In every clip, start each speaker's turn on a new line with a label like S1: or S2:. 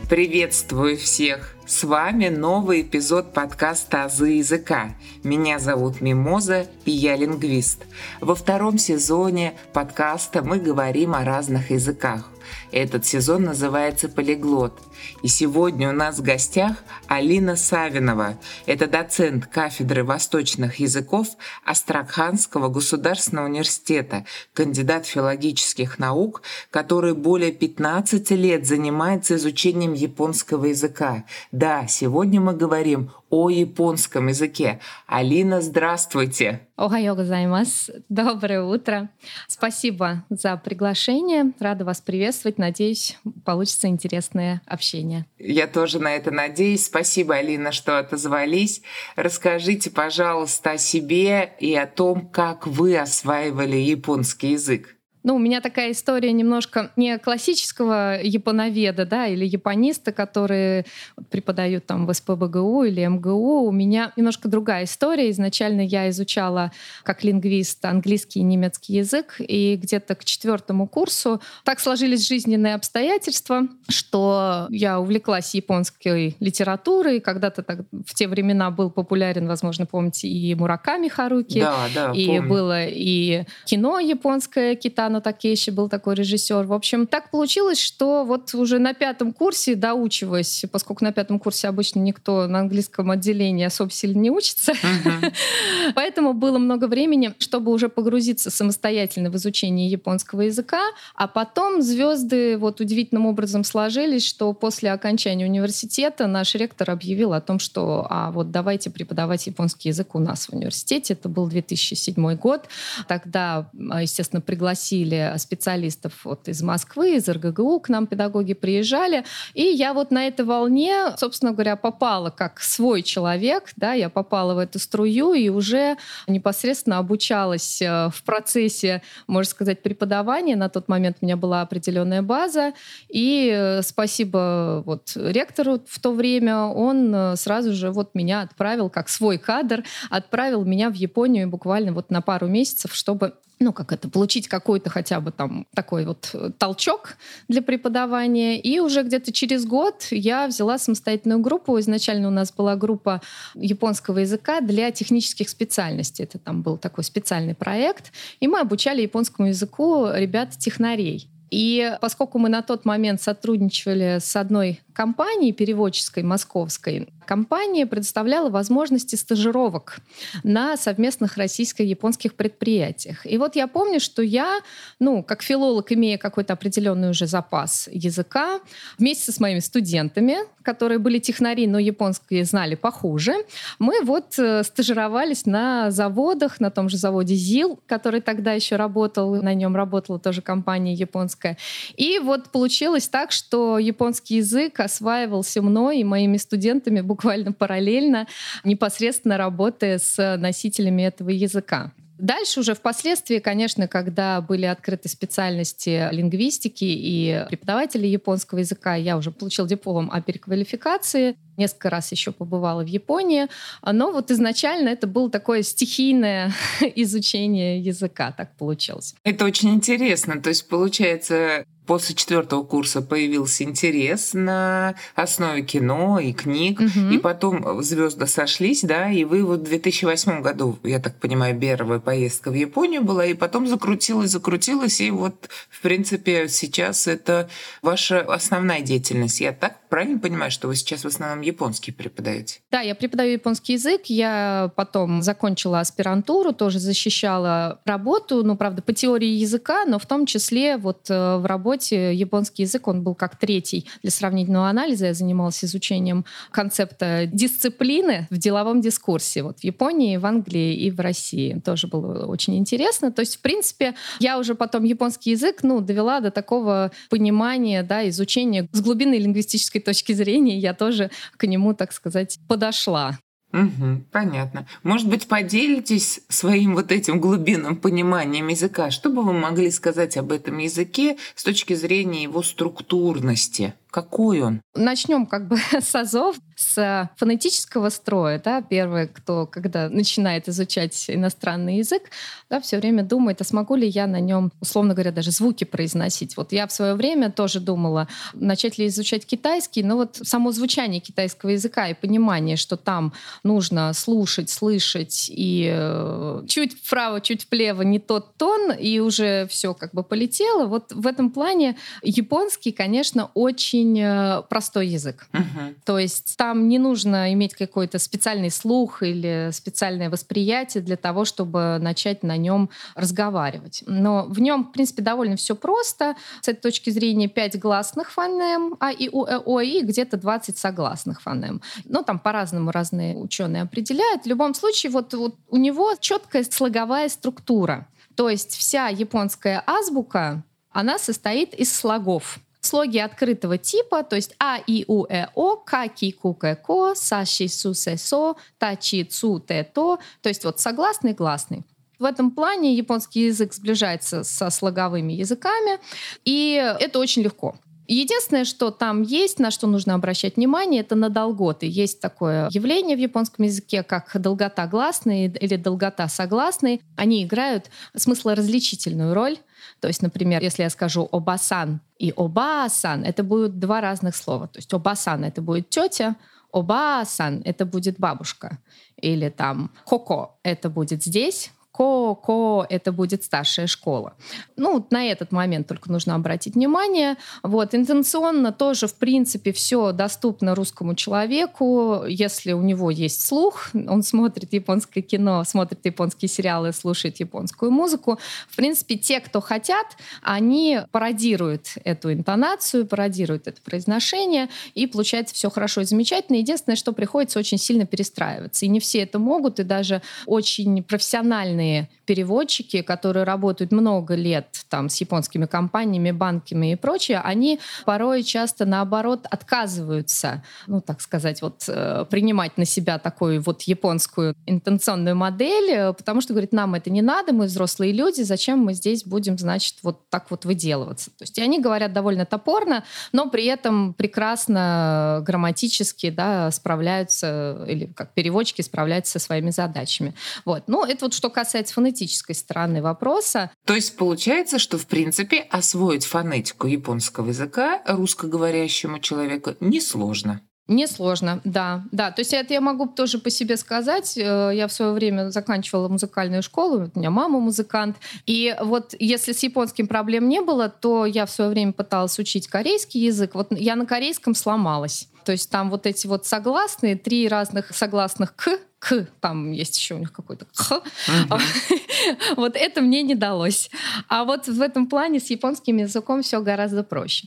S1: Приветствую всех! С вами новый эпизод подкаста «Азы языка». Меня зовут Мимоза, и я лингвист. Во втором сезоне подкаста мы говорим о разных языках. Этот сезон называется «Полиглот». И сегодня у нас в гостях Алина Савинова. Это доцент кафедры восточных языков Астраханского государственного университета, кандидат филологических наук, который более 15 лет занимается изучением японского языка. Да, сегодня мы говорим о японском языке. Алина, здравствуйте!
S2: Охайо гозаймас. Доброе утро. Спасибо за приглашение. Рада вас приветствовать. Надеюсь, получится интересное общение.
S1: Я тоже на это надеюсь. Спасибо, Алина, что отозвались. Расскажите, пожалуйста, о себе и о том, как вы осваивали японский язык.
S2: У меня такая история немножко не классического японоведа, да, или япониста, которые преподают там в СПбГУ или МГУ. У меня немножко другая история. Изначально я изучала как лингвист английский и немецкий язык, и где-то к 4-му курсу так сложились жизненные обстоятельства, что я увлеклась японской литературой. Когда-то так, в те времена был популярен, возможно, помните, и Мураками Харуки,
S1: да,
S2: и
S1: помню.
S2: Было и кино японское, Китано Такеши был такой режиссер. В общем, так получилось, что вот уже на 5-м курсе, доучиваясь, поскольку на 5-м курсе обычно никто на английском отделении особо сильно не учится, поэтому было много времени, чтобы уже погрузиться самостоятельно в изучение японского языка, а потом звезды вот удивительным образом сложились, что после окончания университета наш ректор объявил о том, что вот давайте преподавать японский язык у нас в университете. Это был 2007 год. Тогда, естественно, пригласили специалистов из Москвы, из РГГУ, к нам педагоги приезжали. И я вот на этой волне, собственно говоря, попала как свой человек, да, я попала в эту струю и уже непосредственно обучалась в процессе, можно сказать, преподавания. На тот момент у меня была определенная база. И спасибо ректору в то время, он сразу же меня отправил, как свой кадр, отправил меня в Японию буквально на пару месяцев, чтобы получить какой-то хотя бы там такой толчок для преподавания. И уже где-то через год я взяла самостоятельную группу. Изначально у нас была группа японского языка для технических специальностей. Это там был такой специальный проект. И мы обучали японскому языку ребят-технарей. И поскольку мы на тот момент сотрудничали с одной компанией переводческой, московской, компания предоставляла возможности стажировок на совместных российско-японских предприятиях. И я помню, что я, как филолог, имея какой-то определенный уже запас языка, вместе с моими студентами, которые были технари, но японский знали похуже, мы стажировались на заводах, на том же заводе ЗИЛ, который тогда еще работал, на нем работала тоже компания японская. И получилось так, что японский язык осваивался мной и моими студентами буквально параллельно, непосредственно работая с носителями этого языка. Дальше уже впоследствии, конечно, когда были открыты специальности лингвистики и преподаватели японского языка, я уже получила диплом о переквалификации, несколько раз еще побывала в Японии, но изначально это было такое стихийное изучение языка, так получилось.
S1: Это очень интересно, то есть получается, после 4-го курса появился интерес на основе кино и книг, и потом звезды сошлись, да, и вы в 2008 году, я так понимаю, первая поездка в Японию была, и потом закрутилась, и в принципе, сейчас это ваша основная деятельность. Я так правильно понимаю, что вы сейчас в основном японский преподаете?
S2: Да, я преподаю японский язык, я потом закончила аспирантуру, тоже защищала работу, правда, по теории языка, но в том числе в работе японский язык, он был как третий для сравнительного анализа. Я занималась изучением концепта дисциплины в деловом дискурсе. В Японии, в Англии и в России. Тоже было очень интересно. То есть, в принципе, я уже потом японский язык довела до такого понимания, да, изучения с глубинной лингвистической точки зрения. Я тоже к нему, так сказать, подошла.
S1: Понятно. Может быть, поделитесь своим этим глубинным пониманием языка? Что бы вы могли сказать об этом языке с точки зрения его структурности? Какой он?
S2: Начнем с азов, с фонетического строя. Да? Первое, кто, когда начинает изучать иностранный язык, да, все время думает, а смогу ли я на нем, условно говоря, даже звуки произносить. Вот я в свое время тоже думала, начать ли изучать китайский, но вот само звучание китайского языка и понимание, что там нужно слушать, слышать, и чуть вправо, чуть влево не тот тон, и уже все полетело. Вот в этом плане японский, конечно, очень простой язык. То есть там не нужно иметь какой-то специальный слух или специальное восприятие для того, чтобы начать на нем разговаривать. Но в нем, в принципе, довольно все просто. С этой точки зрения 5 гласных фонем, а, и, у, о, и где-то 20 согласных фонем. Но там по-разному разные ученые определяют. В любом случае, вот у него четкая слоговая структура. То есть вся японская азбука, она состоит из слогов. Слоги открытого типа, то есть а, и, у, о, ка, ки, ку, ке, ко, са, ши, су, се, со, та, чи, цу, те, то. То есть вот согласный, гласный. В этом плане японский язык сближается со слоговыми языками, и это очень легко. Единственное, что там есть, на что нужно обращать внимание, это на долготы. Есть такое явление в японском языке, как долгота гласной или долгота согласной. Они играют смыслоразличительную роль. То есть, например, если я скажу «обасан» и «оба-сан», это будут два разных слова. То есть «обасан» — это будет тетя, «оба-сан» — это будет бабушка. Или там «коко» — это будет здесь, «ко» — это будет старшая школа. На этот момент только нужно обратить внимание. Вот. Интенционно тоже, в принципе, все доступно русскому человеку. Если у него есть слух, он смотрит японское кино, смотрит японские сериалы, слушает японскую музыку. В принципе, те, кто хотят, они пародируют эту интонацию, пародируют это произношение, и получается все хорошо и замечательно. Единственное, что приходится очень сильно перестраиваться. И не все это могут, и даже очень профессиональные переводчики, которые работают много лет там, с японскими компаниями, банками и прочее, они порой часто, наоборот, отказываются, так сказать, принимать на себя такую японскую интенционную модель, потому что, говорят, нам это не надо, мы взрослые люди, зачем мы здесь будем, значит, так выделываться. То есть и они говорят довольно топорно, но при этом прекрасно грамматически, да, справляются, или как переводчики справляются со своими задачами. Это что касается фонетической стороны вопроса.
S1: То есть получается, что в принципе освоить фонетику японского языка русскоговорящему человеку несложно.
S2: Несложно, да. То есть это я могу тоже по себе сказать. Я в свое время заканчивала музыкальную школу, у меня мама музыкант. И если с японским проблем не было, то я в свое время пыталась учить корейский язык. Я на корейском сломалась. То есть там эти согласные, 3 разных согласных к, там есть еще у них какой-то х. Это мне не далось. А в этом плане с японским языком все гораздо проще.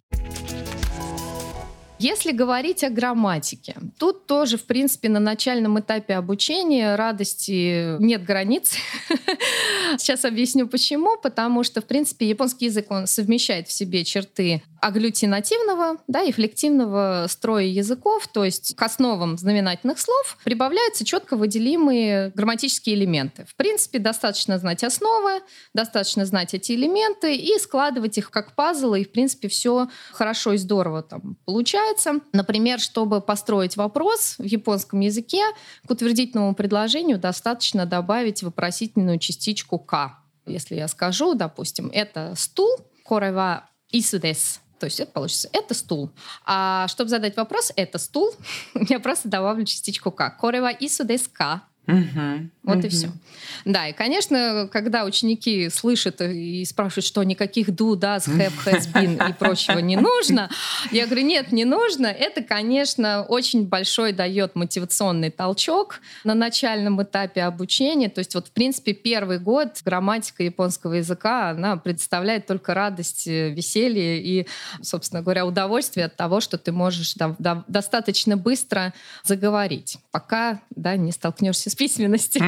S2: Если говорить о грамматике, тут тоже, в принципе, на начальном этапе обучения радости нет границ. Сейчас объясню почему. Потому что, в принципе, японский язык, он совмещает в себе черты агглютинативного, да, и флективного строя языков, то есть к основам знаменательных слов прибавляются четко выделимые грамматические элементы. В принципе, достаточно знать основы, достаточно знать эти элементы и складывать их как пазлы, и, в принципе, все хорошо и здорово там получается. Например, чтобы построить вопрос в японском языке, к утвердительному предложению достаточно добавить вопросительную частичку «ка». Если я скажу, допустим, это стул, «корева ису десу», то есть это получится «это стул». А чтобы задать вопрос «это стул», я просто добавлю частичку «ка». «Корева ису десу ка». И все. Да, и, конечно, когда ученики слышат и спрашивают, что никаких do, does, have, has been и прочего не нужно, я говорю, нет, не нужно. Это, конечно, очень большой дает мотивационный толчок на начальном этапе обучения. То есть в принципе, первый год грамматика японского языка, она представляет только радость, веселье и, собственно говоря, удовольствие от того, что ты можешь достаточно быстро заговорить, пока не столкнешься с письменностью.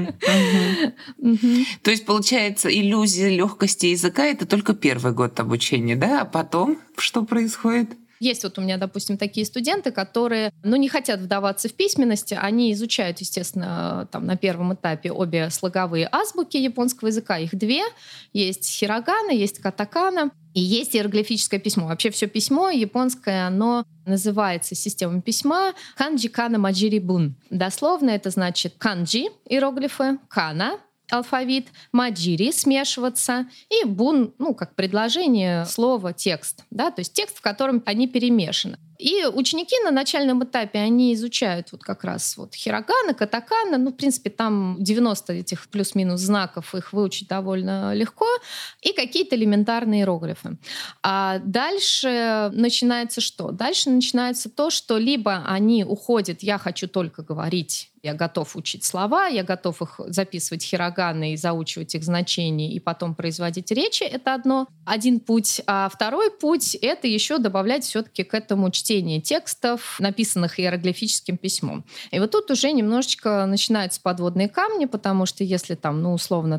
S1: То есть, получается, иллюзия легкости языка — это только первый год обучения, да? А потом что происходит?
S2: Есть вот у меня, допустим, такие студенты, которые, не хотят вдаваться в письменности, они изучают, естественно, там на первом этапе обе слоговые азбуки японского языка, их две, есть хирогана, есть катакана, и есть иероглифическое письмо. Вообще все письмо японское, оно называется системой письма канджи кана маджири бун. Дословно это значит канджи, иероглифы, кана, алфавит, маджири — смешиваться, и бун, как предложение, слово, текст, да, то есть текст, в котором они перемешаны. И ученики на начальном этапе, они изучают вот как раз вот хирогана, катакана, в принципе, там 90 этих плюс-минус знаков, их выучить довольно легко, и какие-то элементарные иероглифы. А дальше начинается что? Дальше начинается то, что либо они уходят, я хочу только говорить, я готов учить слова, я готов их записывать хироганы и заучивать их значения, и потом производить речи. Это один путь. А второй путь — это еще добавлять все-таки к этому чтение текстов, написанных иероглифическим письмом. И вот тут уже немножечко начинаются подводные камни, потому что если там, условно,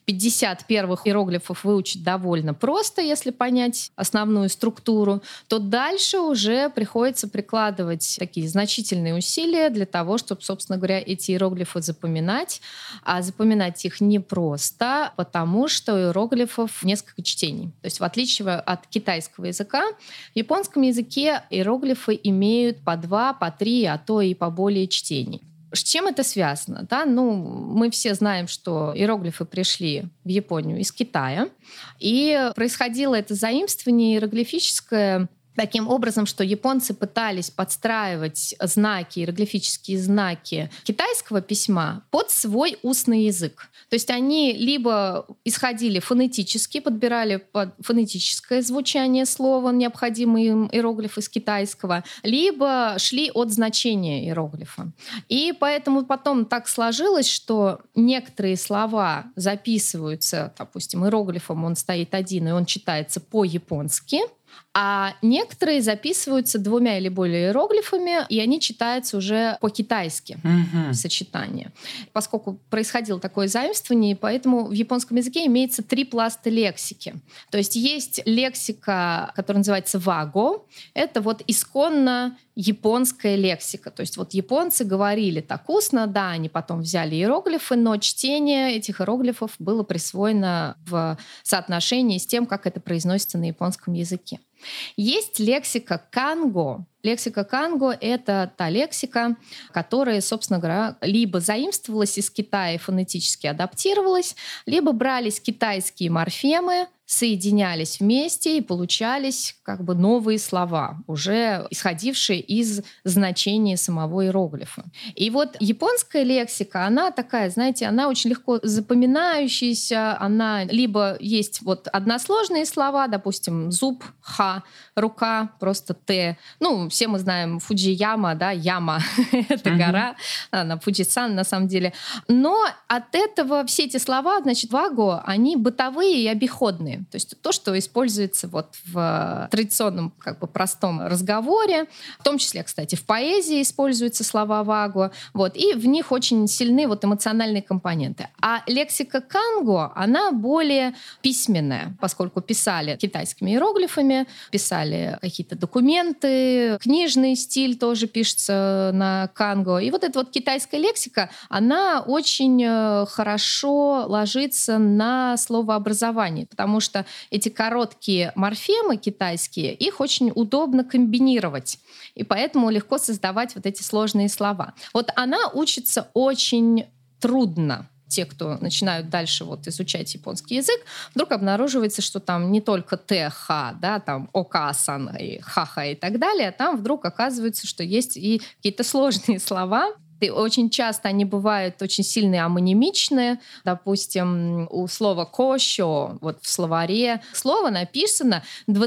S2: 50 первых иероглифов выучить довольно просто, если понять основную структуру, то дальше уже приходится прикладывать такие значительные усилия для того, чтобы, собственно говоря, эти иероглифы запоминать. А запоминать их непросто, потому что у иероглифов несколько чтений. То есть в отличие от китайского языка, в японском языке иероглифы имеют по 2, по 3, а то и по более чтений. С чем это связано? Да? Мы все знаем, что иероглифы пришли в Японию из Китая, и происходило это заимствование иероглифическое таким образом, что японцы пытались подстраивать иероглифические знаки китайского письма под свой устный язык. То есть они либо исходили фонетически, подбирали под фонетическое звучание слова, необходимый им иероглиф из китайского, либо шли от значения иероглифа. И поэтому потом так сложилось, что некоторые слова записываются, допустим, иероглифом, он стоит один, и он читается по-японски, а некоторые записываются 2 или более иероглифами, и они читаются уже по-китайски в сочетании. Поскольку происходило такое заимствование, поэтому в японском языке имеется 3 пласта лексики. То есть есть лексика, которая называется ваго. Это вот исконно японская лексика. То есть вот японцы говорили так устно, да, они потом взяли иероглифы, но чтение этих иероглифов было присвоено в соотношении с тем, как это произносится на японском языке. Есть лексика канго. Лексика канго — это та лексика, которая, собственно говоря, либо заимствовалась из Китая и фонетически адаптировалась, либо брались китайские морфемы, соединялись вместе и получались новые слова, уже исходившие из значения самого иероглифа. И вот японская лексика, она такая, знаете, она очень легко запоминающаяся, она либо есть односложные слова, допустим, зуб, ха, рука, просто т. Все мы знаем Фуджияма, да, яма — это гора, на Фуджисан на самом деле. Но от этого все эти слова, ваго, они бытовые и обиходные. То есть то, что используется в традиционном простом разговоре, в том числе, кстати, в поэзии используются слова ваго, и в них очень сильны эмоциональные компоненты. А лексика канго, она более письменная, поскольку писали китайскими иероглифами, писали какие-то документы, книжный стиль тоже пишется на канго. И эта китайская лексика, она очень хорошо ложится на словообразование, потому что эти короткие морфемы китайские, их очень удобно комбинировать, и поэтому легко создавать эти сложные слова. Она учится очень трудно. Те, кто начинают дальше изучать японский язык, вдруг обнаруживается, что там не только т-ха, да, там ока-сан и ха-ха и так далее, а там вдруг оказывается, что есть и какие-то сложные слова. И очень часто они бывают очень сильные амонимичные. Допустим, у слова «кошо» в словаре слово написано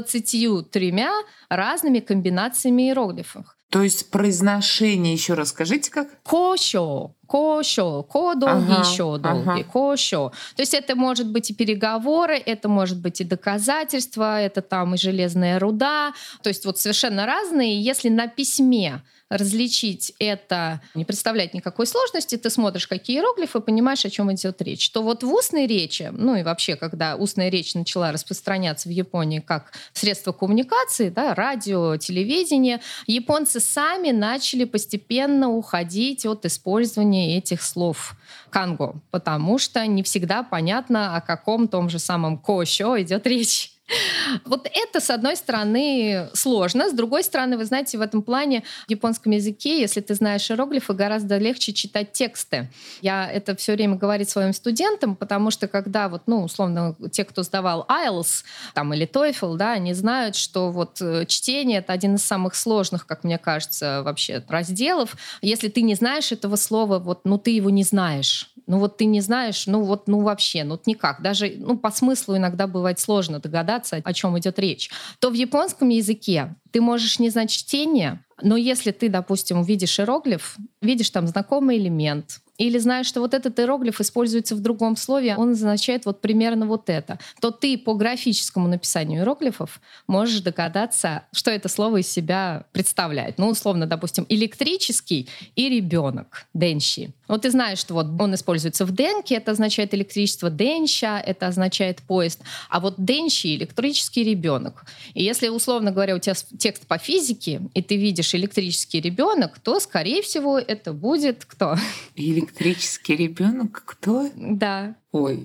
S2: 23 разными комбинациями иероглифов.
S1: То есть произношение, еще раз скажите как?
S2: Кошо. Ко-шо. Ко долгий, шо долгий. Ко-шо. То есть это может быть и переговоры, это может быть и доказательства, это там и железная руда. То есть вот совершенно разные. Если на письме различить это не представляет никакой сложности, ты смотришь, какие иероглифы, понимаешь, о чем идет речь. То вот в устной речи, ну и вообще, когда устная речь начала распространяться в Японии как средство коммуникации, да, радио, телевидение, японцы сами начали постепенно уходить от использования этих слов канго, потому что не всегда понятно, о каком том же самом ко-шо идет речь. Вот это, с одной стороны, сложно. С другой стороны, вы знаете, в этом плане в японском языке, если ты знаешь иероглифы, гораздо легче читать тексты. Я это все время говорю своим студентам, потому что когда вот, ну, условно, те, кто сдавал IELTS там, или TOEFL, да, они знают, что вот чтение — это один из самых сложных, как мне кажется, вообще разделов. Если ты не знаешь этого слова, вот, ну, ты его не знаешь. Ну вот ты не знаешь, ну вот, ну вообще, ну никак. Даже ну, по смыслу иногда бывает сложно догадаться, о чем идет речь. То в японском языке ты можешь не знать чтение, но если ты, допустим, увидишь иероглиф, видишь там знакомый элемент, или знаешь, что вот этот иероглиф используется в другом слове, он означает вот примерно вот это, то ты по графическому написанию иероглифов можешь догадаться, что это слово из себя представляет. Ну, условно, допустим, электрический и ребенок, денщи. Вот ты знаешь, что вот он используется в денке, это означает электричество, денща, это означает поезд, а вот денщи — электрический ребенок. И если, условно говоря, у тебя текст по физике, и ты видишь электрический ребенок, то, скорее всего, это будет кто?
S1: Электрический ребенок? Кто?
S2: Да.
S1: Ой.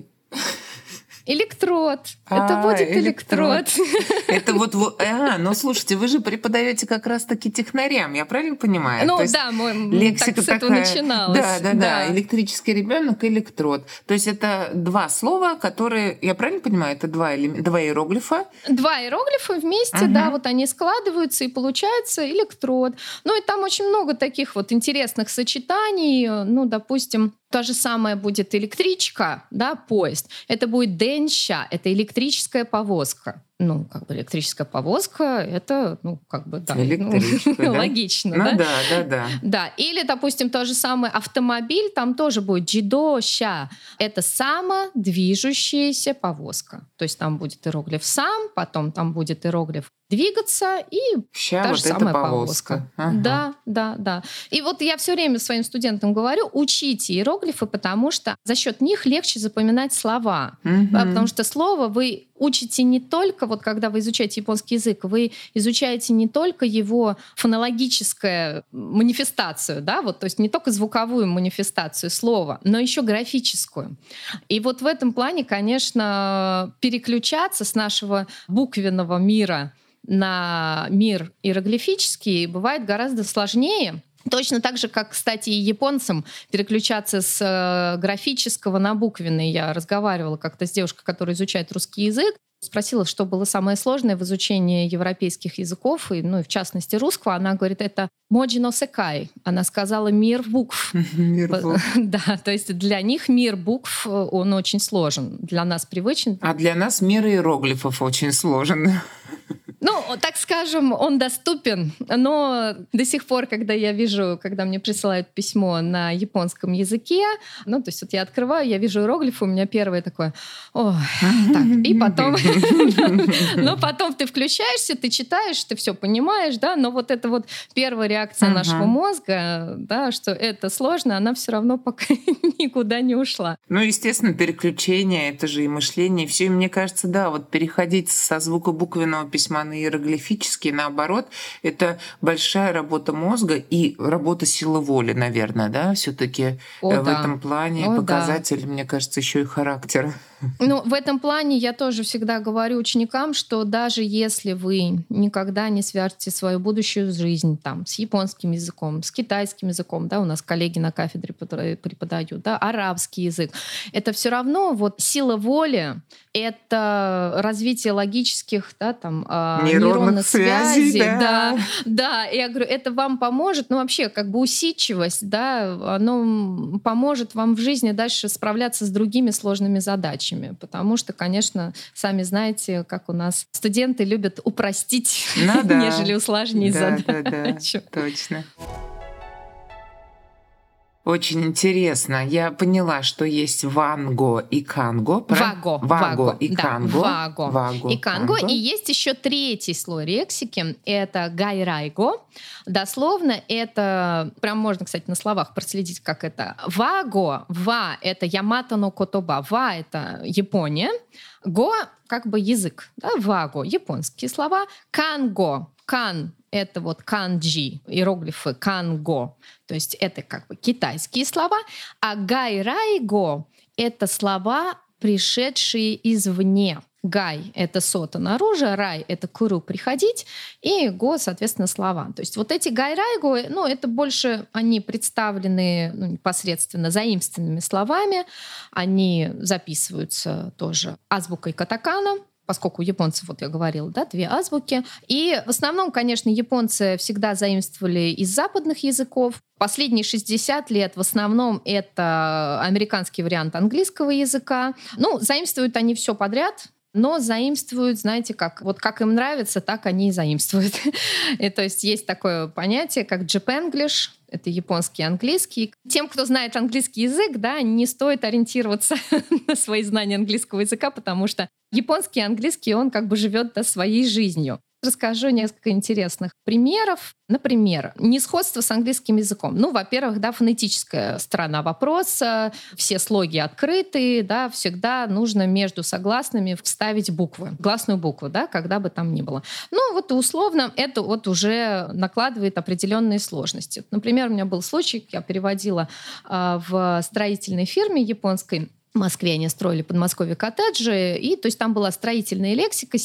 S2: Электрод. Это будет электрод.
S1: Это вот... ну слушайте, вы же преподаете как раз-таки технарям, я правильно понимаю?
S2: Ну да, лексика так с этого начиналась.
S1: Да. Электрический ребенок, электрод. То есть это два слова, которые, я правильно понимаю, это два иероглифа? Два
S2: иероглифа вместе, да, вот они складываются и получается электрод. Ну и там очень много таких вот интересных сочетаний. Ну, допустим, то же самое будет электричка, да, поезд. Это будет денща, это электрическая повозка. Ну, как бы электрическая повозка, это, ну, как бы, да,
S1: да?
S2: Логично,
S1: ну,
S2: да?
S1: Да.
S2: Да, или, допустим, тот же самый автомобиль, там тоже будет джидо-ща. Это самодвижущаяся повозка. То есть там будет иероглиф «сам», потом там будет иероглиф «двигаться» и та же самая повозка.
S1: Ага.
S2: Да. И вот я все время своим студентам говорю, учите иероглифы, потому что за счет них легче запоминать слова. Потому что слово вы учите не только, вот когда вы изучаете японский язык, вы изучаете не только его фонологическую манифестацию, да, вот, то есть не только звуковую манифестацию слова, но еще графическую. И вот в этом плане, конечно, переключаться с нашего буквенного мира на мир иероглифический бывает гораздо сложнее. Точно так же, как, кстати, и японцам переключаться с графического на буквенный. Я разговаривала как-то с девушкой, которая изучает русский язык. Спросила, что было самое сложное в изучении европейских языков, и, ну, и в частности русского. Она говорит, это моджи но секай. Она сказала мир букв.
S1: Мир букв.
S2: Да, то есть для них мир букв, он очень сложен. Для нас привычен.
S1: А для нас мир иероглифов очень сложен.
S2: Ну, так скажем, он доступен, но до сих пор, когда я вижу, когда мне присылают письмо на японском языке, ну, то есть вот я открываю, я вижу иероглифы, у меня первое такое, так, и потом, но потом ты включаешься, ты читаешь, ты все понимаешь, да, но вот эта вот первая реакция нашего мозга, да, что это сложно, она все равно пока никуда не ушла.
S1: Ну, естественно, переключение, это же и мышление, и все, и мне кажется, да, вот переходить со звукобуквенного письма на иероглифический, наоборот, это большая работа мозга и работа силы воли, наверное, да, все-таки в этом плане показатель, мне кажется, еще и характера.
S2: Ну, в этом плане я тоже всегда говорю ученикам, что даже если вы никогда не свяжете свою будущую жизнь там, с японским языком, с китайским языком, да, у нас коллеги на кафедре преподают, да, арабский язык, это все равно вот сила воли, это развитие логических, да, там, нейронных связей. Да, я говорю, это вам поможет, ну вообще как бы усидчивость, да, оно поможет вам в жизни дальше справляться с другими сложными задачами. Потому что, конечно, сами знаете, как у нас студенты любят упростить, нежели усложнить задачу.
S1: Да, точно. Очень интересно. Я поняла, что есть ванго и канго. Ваго и
S2: да,
S1: канго.
S2: ваго и канго. И есть еще третий слой лексики. Это гайрайго. Дословно это, прям можно, кстати, на словах проследить, как это. Ваго, ва — это Ямато но котоба. Ва — это Япония. Го — как бы язык. Да? Ваго — японские слова. Канго, кан — это вот канджи, иероглифы канго. То есть это как бы китайские слова. А гайрайго — это слова, пришедшие извне. Гай — это сота наружу, рай — это куру — приходить, и го, соответственно, слова. То есть вот эти гайрайго, это больше они представлены непосредственно заимствованными словами, они записываются тоже азбукой катакана, поскольку у японцев, вот я говорила, да, 2 азбуки. И в основном, конечно, японцы всегда заимствовали из западных языков. Последние 60 лет в основном это американский вариант английского языка. Заимствуют они все подряд, но заимствуют, знаете, как? Вот как им нравится, так они и заимствуют. И то есть есть такое понятие, как Japanglish. Это японский английский. Тем, кто знает английский язык, да, не стоит ориентироваться на свои знания английского языка, потому что японский английский, он как бы живет своей жизнью. Расскажу несколько интересных примеров. Например, несходство с английским языком. Во-первых, да, фонетическая сторона вопроса. Все слоги открыты, да, всегда нужно между согласными вставить буквы, гласную букву, да, когда бы там ни было. Условно это вот уже накладывает определенные сложности. Например, у меня был случай, я переводила в строительной фирме японской. В Москве они строили в Подмосковье коттеджи, и то есть там была строительная лексика,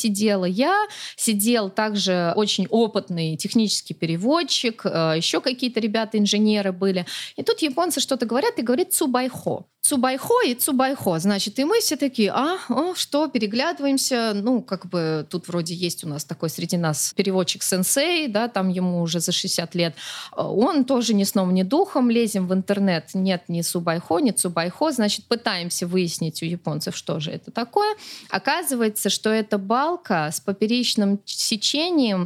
S2: сидел также очень опытный технический переводчик, еще какие-то ребята-инженеры были. И тут японцы что-то говорят и говорит «цубайхо». Цубайхо и цубайхо. Значит, и мы все такие, что, переглядываемся. Тут вроде есть у нас такой среди нас переводчик-сенсей, да, там ему уже за 60 лет. Он тоже ни сном, ни духом. Лезем в интернет. Нет ни цубайхо, ни цубайхо. Значит, пытаемся выяснить у японцев, что же это такое. Оказывается, что это балка с поперечным сечением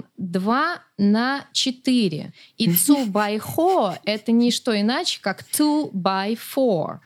S2: 2/4. И цубайхо — это не что иначе, как 2/4.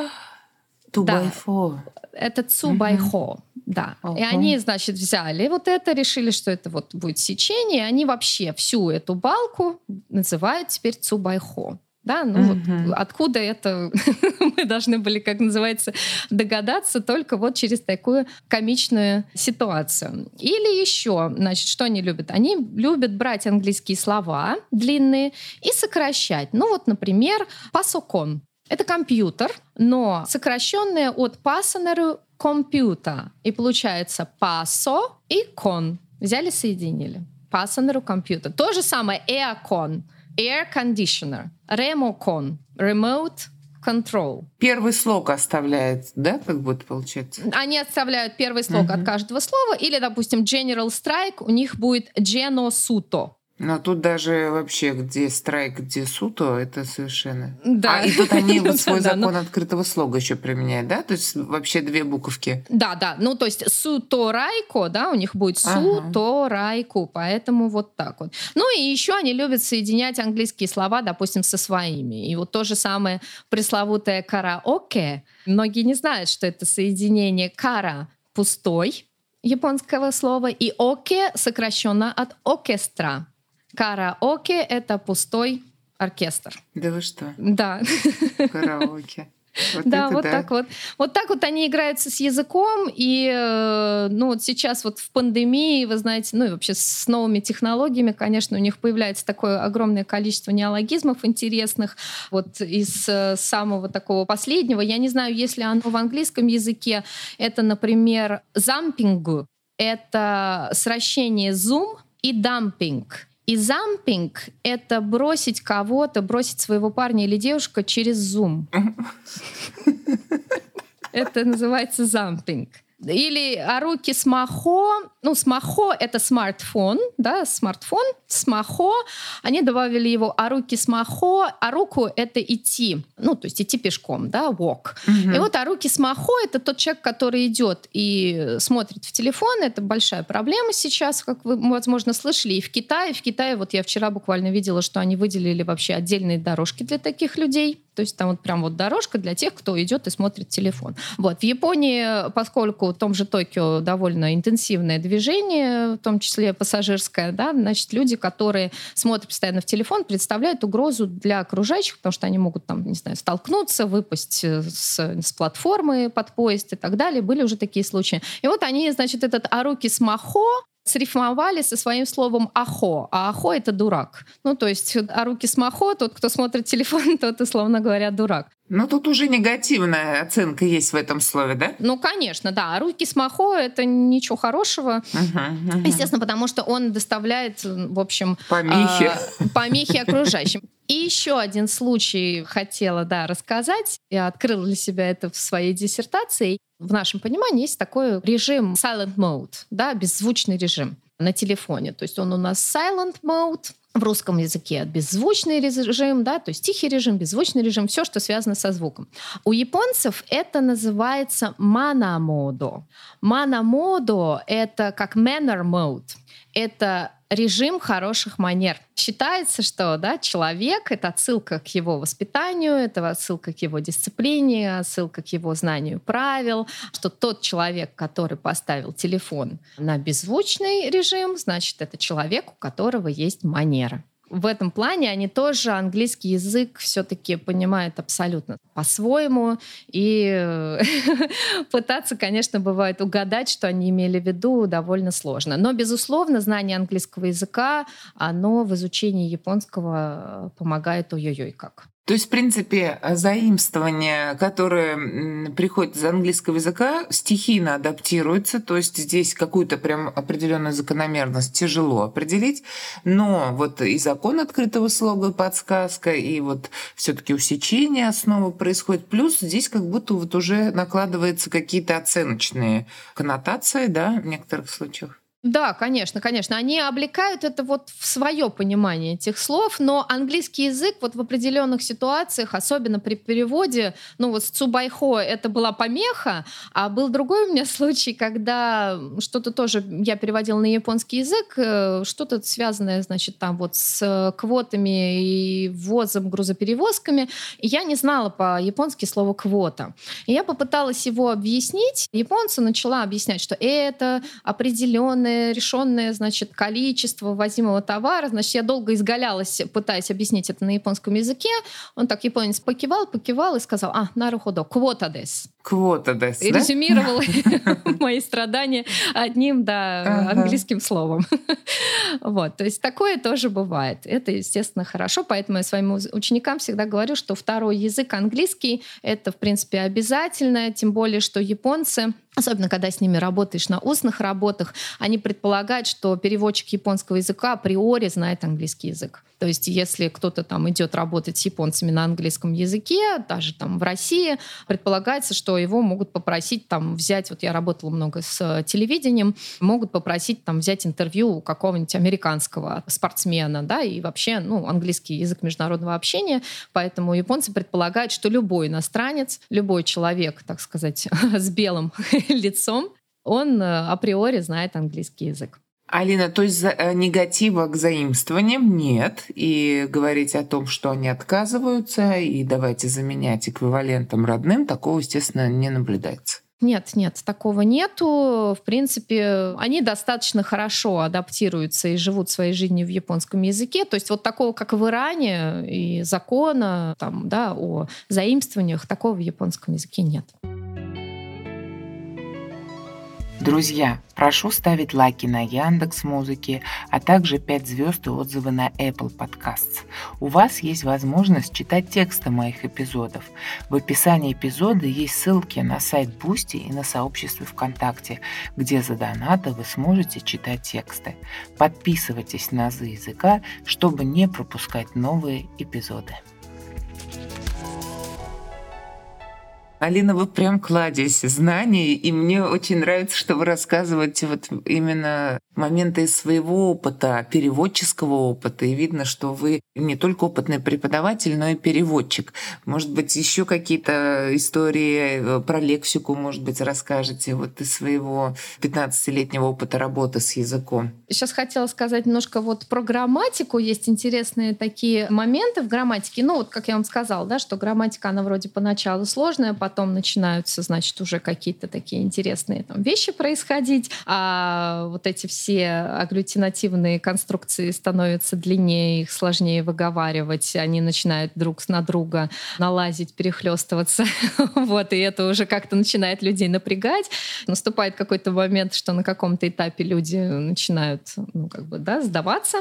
S1: 2/4.
S2: Это цубайхо. Да. И они, значит, взяли вот это, решили, что это вот будет сечение. Они вообще всю эту балку называют теперь цубайхо. Да, откуда это мы должны были, как называется, догадаться только вот через такую комичную ситуацию. Или еще, значит, что они любят? Они любят брать английские слова длинные и сокращать. Например, пасокон. Это компьютер, но сокращенное от пасонеру компьютер. И получается пасо и кон. Взяли, соединили. Пасонеру компьютер. То же самое aircon, air conditioner, ремокон, remote control.
S1: Первый слог оставляет, да, как будто получается?
S2: Они оставляют первый слог от каждого слова. Или, допустим, general strike, у них будет geno suto.
S1: Но тут даже вообще, где страйк, где суто, это совершенно...
S2: Да.
S1: И тут они вот свой закон открытого слога еще применяют, да? То есть вообще 2 буковки.
S2: Да. То есть суторайко, да, у них будет суторайку, поэтому вот так вот. И еще они любят соединять английские слова, допустим, со своими. И вот то же самое пресловутое караоке. Многие не знают, что это соединение кара — пустой, японского слова, и оке сокращенно от оркестра. Караоке — это пустой оркестр.
S1: Да вы что?
S2: Да.
S1: Караоке.
S2: Так вот. Вот так вот они играются с языком, и вот сейчас вот в пандемии, вы знаете, и вообще с новыми технологиями, конечно, у них появляется такое огромное количество неологизмов интересных. Вот из самого такого последнего, я не знаю, если оно в английском языке, это, например, зампинг, это сращение zoom и дампинг. И зампинг — это бросить кого-то, бросить своего парня или девушку через Zoom. Это называется зампинг. Или аруки смахо. Смахо — это смартфон, да, смартфон. Смахо. Они добавили его аруки смахо. Аруку — это идти. То есть идти пешком, да, walk. И вот аруки смахо — это тот человек, который идет и смотрит в телефон. Это большая проблема сейчас, как вы, возможно, слышали. И в Китае, вот я вчера буквально видела, что они выделили вообще отдельные дорожки для таких людей. То есть там вот прям вот дорожка для тех, кто идет и смотрит телефон. Вот. В Японии, поскольку в том же Токио довольно интенсивное движение, в том числе пассажирское, да, значит, люди, которые смотрят постоянно в телефон, представляют угрозу для окружающих, потому что они могут там, не знаю, столкнуться, выпасть с платформы под поезд и так далее. Были уже такие случаи. И вот они, значит, этот аруки смахо срифмовали со своим словом «ахо». А «ахо» — это дурак. Ну, то есть аруки смахо, тот, кто смотрит телефон, тот, условно говоря, дурак.
S1: Ну, тут уже негативная оценка есть в этом слове, да?
S2: Ну, конечно, да. Аруки смахо — это ничего хорошего. Естественно, потому что он доставляет, в общем... помехи окружающим. И еще один случай хотела, рассказать. Я открыла для себя это в своей диссертации. В нашем понимании есть такой режим silent mode, беззвучный режим на телефоне. То есть он у нас silent mode, в русском языке беззвучный режим, то есть тихий режим, беззвучный режим, все, что связано со звуком. У японцев это называется манамодо. Манамодо — это как manner mode. Это режим хороших манер. Считается, что человек — это отсылка к его воспитанию, это отсылка к его дисциплине, отсылка к его знанию правил, что тот человек, который поставил телефон на беззвучный режим, значит, это человек, у которого есть манера. В этом плане они тоже английский язык все-таки понимают абсолютно по-своему. И пытаться, конечно, бывает угадать, что они имели в виду, довольно сложно. Но, безусловно, знание английского языка, оно в изучении японского помогает ой-ой-ой как.
S1: То есть, в принципе, заимствования, которые приходят из английского языка, стихийно адаптируются, то есть здесь какую-то прям определенную закономерность тяжело определить, но вот и закон открытого слога, подсказка, и вот все-таки усечение основы происходит, плюс здесь как будто вот уже накладываются какие-то оценочные коннотации, в некоторых случаях.
S2: Да, конечно. Они облекают это вот в свое понимание этих слов, но английский язык вот в определенных ситуациях, особенно при переводе, с цубайхо это была помеха, а был другой у меня случай, когда что-то тоже я переводила на японский язык, что-то связанное, значит, там вот с квотами и ввозом, грузоперевозками, и я не знала по-японски слово «квота». И я попыталась его объяснить, японцу начала объяснять, что это определенное решенное, значит, количество ввозимого товара. Значит, я долго изгалялась, пытаясь объяснить это на японском языке. Он так, японец, покивал и сказал: наруходо, квота дес.
S1: Квота дес,
S2: и резюмировал мои страдания одним, английским словом. Вот, то есть такое тоже бывает. Это, естественно, хорошо, поэтому я своим ученикам всегда говорю, что второй язык английский — это, в принципе, обязательно, тем более, что японцы, особенно когда с ними работаешь на устных работах, они предполагают, что переводчик японского языка априори знает английский язык. То есть если кто-то там идет работать с японцами на английском языке, даже там в России, предполагается, что его могут попросить там взять, вот я работала много с телевидением, могут попросить там взять интервью у какого-нибудь американского спортсмена, и вообще, английский язык международного общения, поэтому японцы предполагают, что любой иностранец, любой человек, так сказать, с белым лицом, он априори знает английский язык.
S1: Алина, то есть негатива к заимствованиям нет, и говорить о том, что они отказываются, и давайте заменять эквивалентом родным, такого, естественно, не наблюдается.
S2: Нет, такого нету. В принципе, они достаточно хорошо адаптируются и живут своей жизнью в японском языке. То есть вот такого, как в Иране, и закона о заимствованиях, такого в японском языке нет.
S1: Друзья, прошу ставить лайки на Яндекс.Музыке, а также 5 звезд и отзывы на Apple Podcasts. У вас есть возможность читать тексты моих эпизодов. В описании эпизода есть ссылки на сайт Boosty и на сообщество ВКонтакте, где за донаты вы сможете читать тексты. Подписывайтесь на «Азы языка», чтобы не пропускать новые эпизоды. Алина, вы прям кладезь знаний, и мне очень нравится, что вы рассказываете вот именно моменты из своего опыта, переводческого опыта, и видно, что вы не только опытный преподаватель, но и переводчик. Может быть, еще какие-то истории про лексику, может быть, расскажете вот из своего 15-летнего опыта работы с языком?
S2: Сейчас хотела сказать немножко вот про грамматику. Есть интересные такие моменты в грамматике. Ну, вот как я вам сказала, да, что грамматика, она вроде поначалу сложная, потом начинаются, значит, уже какие-то такие интересные там вещи происходить, а вот эти все агглютинативные конструкции становятся длиннее, их сложнее выговаривать, они начинают друг на друга налазить, перехлестываться, вот, и это уже как-то начинает людей напрягать. Наступает какой-то момент, что на каком-то этапе люди начинают, ну, как бы, да, сдаваться.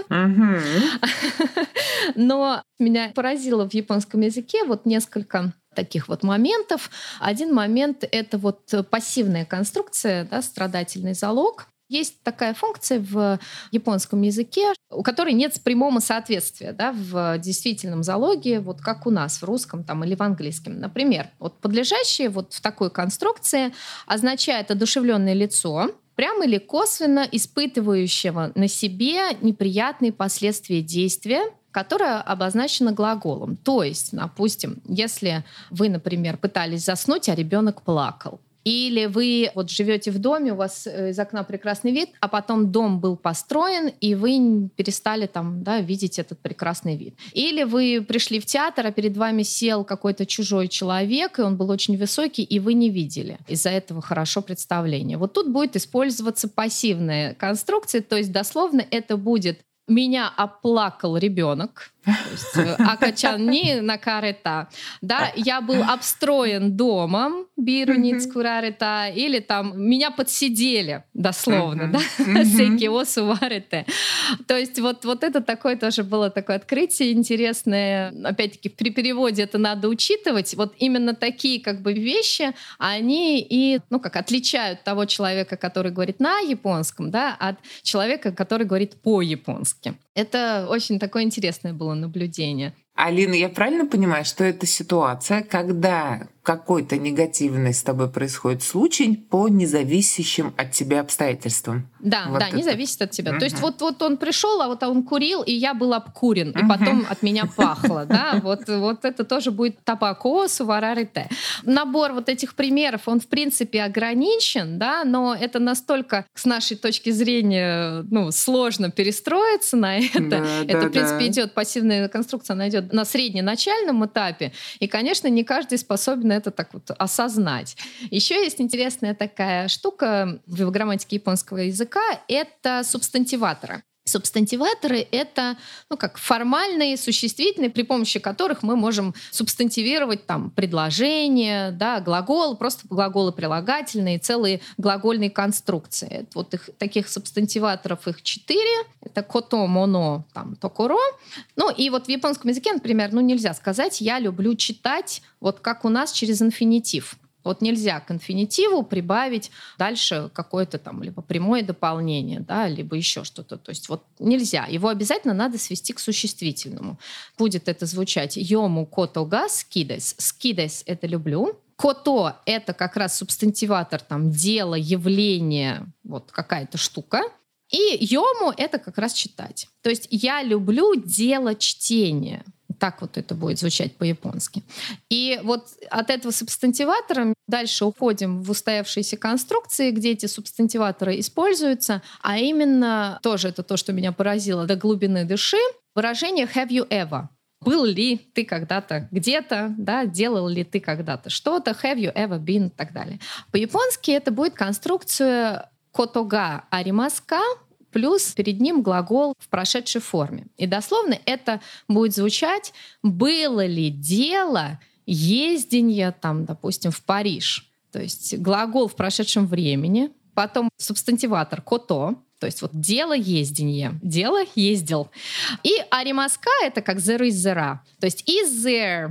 S2: Но меня поразило в японском языке вот несколько таких вот моментов. Один момент — это вот пассивная конструкция, да, страдательный залог. Есть такая функция в японском языке, у которой нет прямого соответствия, да, в действительном залоге, вот как у нас в русском там, или в английском. Например, вот подлежащее вот в такой конструкции означает одушевленное лицо, прямо или косвенно испытывающего на себе неприятные последствия действия, которое обозначено глаголом. То есть, допустим, если вы, например, пытались заснуть, а ребенок плакал, или вы вот живете в доме, у вас из окна прекрасный вид, а потом дом был построен, и вы перестали там, да, видеть этот прекрасный вид. Или вы пришли в театр, а перед вами сел какой-то чужой человек, и он был очень высокий, и вы не видели из-за этого хорошо представление. Вот тут будет использоваться пассивная конструкция, то есть дословно это будет «меня оплакал ребенок», то есть «акачан ни накарета», да, «я был обстроен домом», «биру ни цкурарета», или там «меня подсидели», дословно, да, «сэки о суварете». То есть вот это такое тоже было такое открытие интересное. Опять-таки при переводе это надо учитывать. Вот именно такие как бы вещи, они и, ну, как отличают того человека, который говорит на японском, да, от человека, который говорит по-японски. Это очень такое интересное было наблюдение.
S1: Алина, я правильно понимаю, что это ситуация, когда какой-то негативный с тобой происходит случай по независящим от тебя обстоятельствам?
S2: Да, вот да, это не зависит от тебя. То есть вот он пришел, а вот он курил, и я был обкурен, и потом от меня пахло. Да? Вот это тоже будет табако суварарите. Набор вот этих примеров, он в принципе ограничен, да, но это настолько с нашей точки зрения, ну, сложно перестроиться на это.
S1: Да,
S2: это, в принципе, идет пассивная конструкция, она идет на средненачальном этапе, и, конечно, не каждый способен это так вот осознать. Еще есть интересная такая штука в грамматике японского языка — это субстантиваторы. Субстантиваторы — это, ну, как формальные существительные, при помощи которых мы можем субстантивировать там предложения, да, глаголы, просто глаголы прилагательные, целые глагольные конструкции. Вот таких субстантиваторов их 4. Это кото, моно, там, токоро. Ну и вот в японском языке, например, ну, нельзя сказать «я люблю читать», вот как у нас через инфинитив. Вот нельзя к инфинитиву прибавить дальше какое-то там либо прямое дополнение, да, либо еще что-то. То есть вот нельзя. Его обязательно надо свести к существительному. Будет это звучать «йому кото га скидес». «Скидес» — это «люблю». «Кото» — это как раз субстантиватор, там, дело, явление, вот какая-то штука. И «йому» — это как раз читать. То есть я люблю дело чтения. Так вот это будет звучать по-японски. И вот от этого субстантиватора дальше уходим в устоявшиеся конструкции, где эти субстантиваторы используются, а именно, тоже это то, что меня поразило до глубины души, выражение «have you ever». Был ли ты когда-то где-то, да, делал ли ты когда-то что-то, have you ever been и так далее. По-японски это будет конструкция «котога аримаска», плюс перед ним глагол в прошедшей форме. И дословно это будет звучать «было ли дело езденья, там, допустим, в Париж». То есть глагол в прошедшем времени, потом субстантиватор «кото», то есть вот дело езденье, дело ездил. И аримаска — это как there is there. То есть is there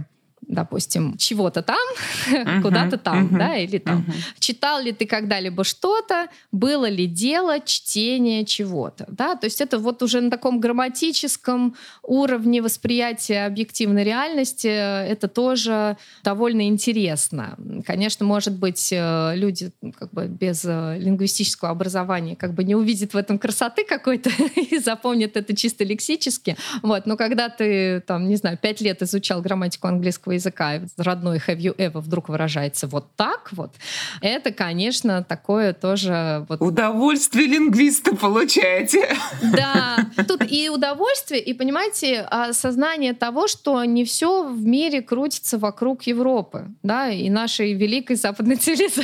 S2: допустим, чего-то там, куда-то там, да, или там. Читал ли ты когда-либо что-то, было ли дело чтения чего-то, да, то есть это вот уже на таком грамматическом уровне восприятия объективной реальности это тоже довольно интересно. Конечно, может быть, люди как бы без лингвистического образования как бы не увидят в этом красоты какой-то и запомнят это чисто лексически, вот, но когда ты, там, не знаю, 5 лет изучал грамматику английского языка, и родной have you ever вдруг выражается вот так вот, это, конечно, такое тоже... Вот...
S1: Удовольствие лингвиста получаете.
S2: Да, тут и удовольствие, и, понимаете, осознание того, что не все в мире крутится вокруг Европы, да, и нашей великой западной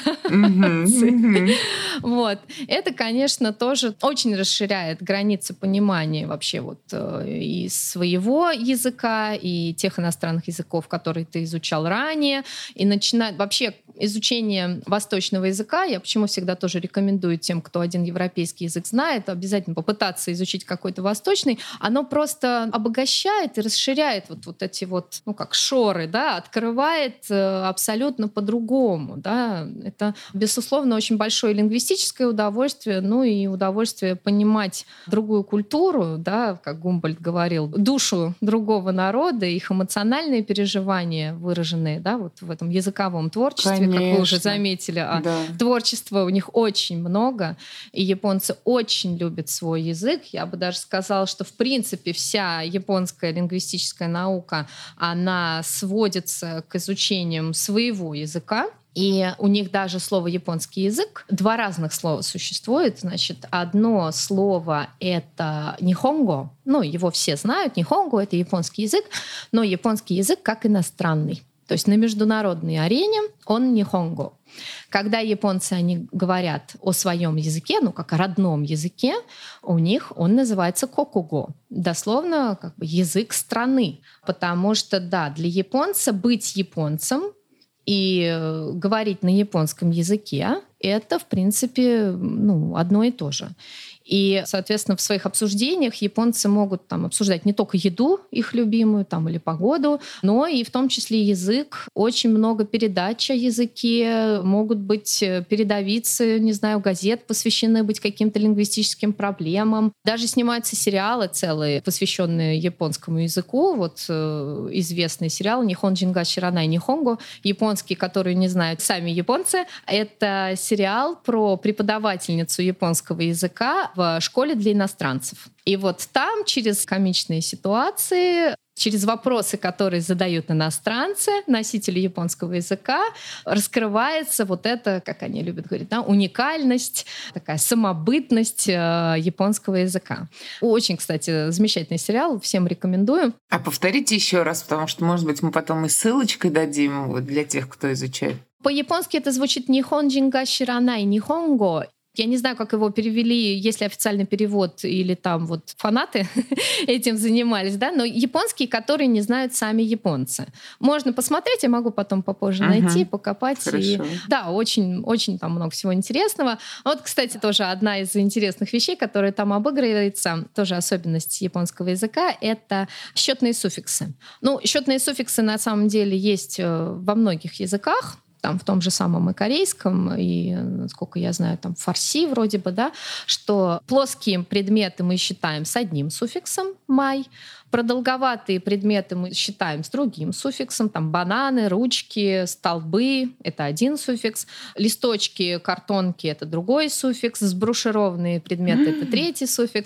S2: цивилизации. Вот. Это, конечно, тоже очень расширяет границы понимания вообще вот и своего языка, и тех иностранных языков, которые ты изучал ранее, и начинает вообще изучение восточного языка. Я почему всегда тоже рекомендую тем, кто один европейский язык знает, обязательно попытаться изучить какой-то восточный. Оно просто обогащает и расширяет вот эти вот, ну как шоры, да, открывает абсолютно по-другому, да. Это, безусловно, очень большое лингвистическое удовольствие, ну и удовольствие понимать другую культуру, да, как Гумбольдт говорил, душу другого народа, их эмоциональные переживания выраженные, да, вот в этом языковом творчестве. Конечно. Как вы уже заметили, творчества у них очень много, и японцы очень любят свой язык. Я бы даже сказала, что в принципе вся японская лингвистическая наука, она сводится к изучению своего языка. И у них даже слово «японский язык», 2 разных слова существует. Значит, одно слово — это «нихонго». Ну, его все знают. «Нихонго» — это японский язык, но японский язык как иностранный. То есть на международной арене он нихонго. Когда японцы они говорят о своем языке, ну как о родном языке, у них он называется кокуго, дословно как бы язык страны. Потому что, да, для японца быть японцем и говорить на японском языке — это, в принципе, ну, одно и то же. И, соответственно, в своих обсуждениях японцы могут там обсуждать не только еду, их любимую, там, или погоду, но и в том числе язык. Очень много передач о языке, могут быть передовицы, не знаю, газет, посвящены быть каким-то лингвистическим проблемам. Даже снимаются сериалы целые, посвященные японскому языку. Вот известный сериал «Нихонджин га ширанай нихонго», японский, который не знают сами японцы. Это сериал про преподавательницу японского языка в школе для иностранцев. И вот там через комичные ситуации, через вопросы, которые задают иностранцы, носители японского языка, раскрывается вот эта, как они любят говорить, да, уникальность, такая самобытность японского языка. Очень, кстати, замечательный сериал, всем рекомендую.
S1: А повторите еще раз, потому что, может быть, мы потом и ссылочкой дадим вот для тех, кто изучает.
S2: По-японски это звучит «нихонджин га ширанай нихонго». Я не знаю, как его перевели, если официальный перевод или там вот фанаты этим занимались, да, но японский, который не знают сами японцы. Можно посмотреть, я могу потом попозже найти, покопать. И, да, очень, очень там много всего интересного. Вот, кстати, тоже одна из интересных вещей, которая там обыгрывается, тоже особенность японского языка, это счетные суффиксы. Ну, счетные суффиксы на самом деле есть во многих языках, там в том же самом и корейском, и, насколько я знаю, там фарси вроде бы, да, что плоские предметы мы считаем с одним суффиксом «май», продолговатые предметы мы считаем с другим суффиксом, там бананы, ручки, столбы — это один суффикс, листочки, картонки — это другой суффикс, сбрушированные предметы — это третий суффикс.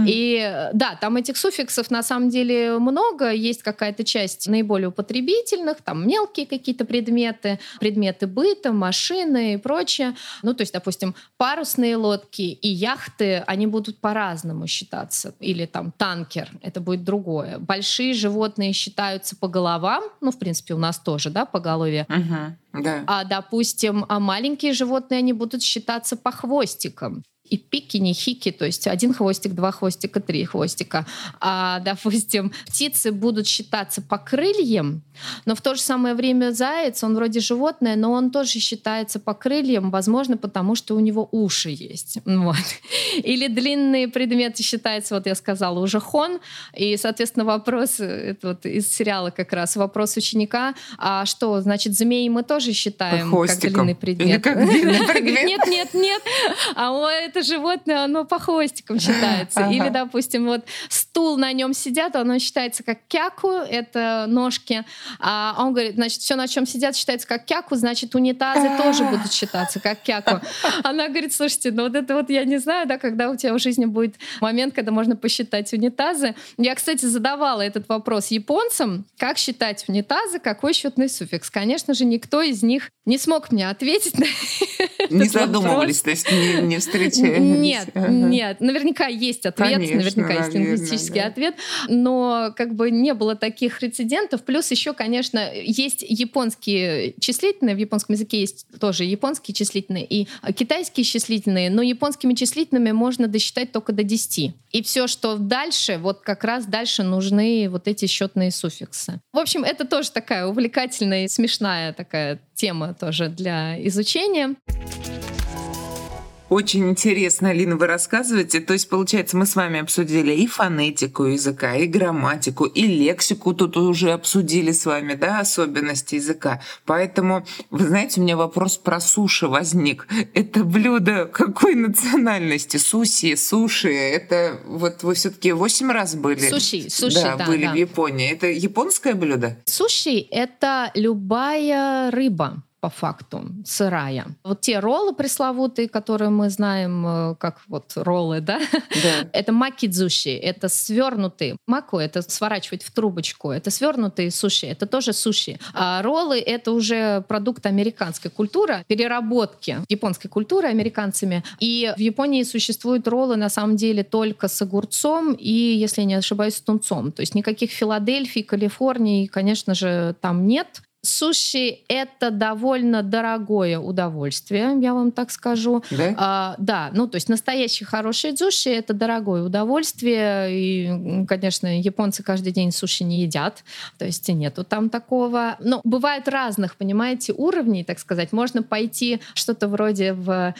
S2: И да, там этих суффиксов на самом деле много, есть какая-то часть наиболее употребительных, там мелкие какие-то предметы, предметы быта, машины и прочее. Ну, то есть, допустим, парусные лодки и яхты, они будут по-разному считаться. Или там танкер — это будет другое. Большие животные считаются по головам, ну, в принципе, у нас тоже, да, поголовье.
S1: Да.
S2: А, допустим, маленькие животные, они будут считаться по хвостикам. и пики, не хики, то есть 1 хвостик, 2 хвостика, 3 хвостика. А, допустим, птицы будут считаться по крыльям, но в то же самое время заяц, он вроде животное, но он тоже считается по крыльям, возможно, потому что у него уши есть. Вот. Или длинные предметы считаются, вот я сказала, уже хон. И, соответственно, вопрос, это вот из сериала как раз, вопрос ученика, а что, значит, змеи мы тоже считаем как длинный предмет?
S1: Или как длинный предмет?
S2: Нет. А это животное, оно по хвостикам считается. Или, допустим, вот стул, на нем сидят, оно считается как кяку, это ножки. А он говорит, значит, все, на чем сидят, считается как кяку, значит, унитазы тоже будут считаться как кяку. Она говорит, слушайте, ну вот это вот я не знаю, да, когда у тебя в жизни будет момент, когда можно посчитать унитазы. Я, кстати, задавала этот вопрос японцам, как считать унитазы, какой счетный суффикс. Конечно же, никто из них не смог мне ответить на
S1: Не задумывались, то есть не встречались?
S2: Нет. Наверняка есть ответ, наверняка есть лингвистический ответ, но как бы не было таких прецедентов. Плюс еще, конечно, есть японские числительные, в японском языке есть тоже японские числительные и китайские числительные, но японскими числительными можно досчитать только до 10. И все, что дальше, вот как раз дальше нужны вот эти счетные суффиксы. В общем, это тоже такая увлекательная и смешная такая тема тоже для изучения.
S1: Очень интересно, Алина, вы рассказываете. То есть, получается, мы с вами обсудили и фонетику языка, и грамматику, и лексику тут уже обсудили с вами, да, особенности языка. Поэтому, вы знаете, у меня вопрос про суши возник. Это блюдо какой национальности? Суши. Это вот вы все-таки 8 раз были?
S2: Суши, да.
S1: Были в Японии. Это японское блюдо?
S2: Суши — это любая рыба, по факту, сырая. Вот те роллы пресловутые, которые мы знаем, как вот роллы, да? Это макидзуши, это свернутые. Маку — это сворачивать в трубочку. Это свернутые суши, это тоже суши. А роллы — это уже продукт американской культуры, переработки японской культуры американцами. И в Японии существуют роллы, на самом деле, только с огурцом и, если я не ошибаюсь, с тунцом. То есть никаких Филадельфий, Калифорнии, конечно же, там нет. Суши — это довольно дорогое удовольствие, я вам так скажу.
S1: Да?
S2: Да, ну то есть настоящие хорошие суши — это дорогое удовольствие. И, конечно, японцы каждый день суши не едят, то есть нету там такого. Но бывает разных, понимаете, уровней, так сказать. Можно пойти что-то вроде в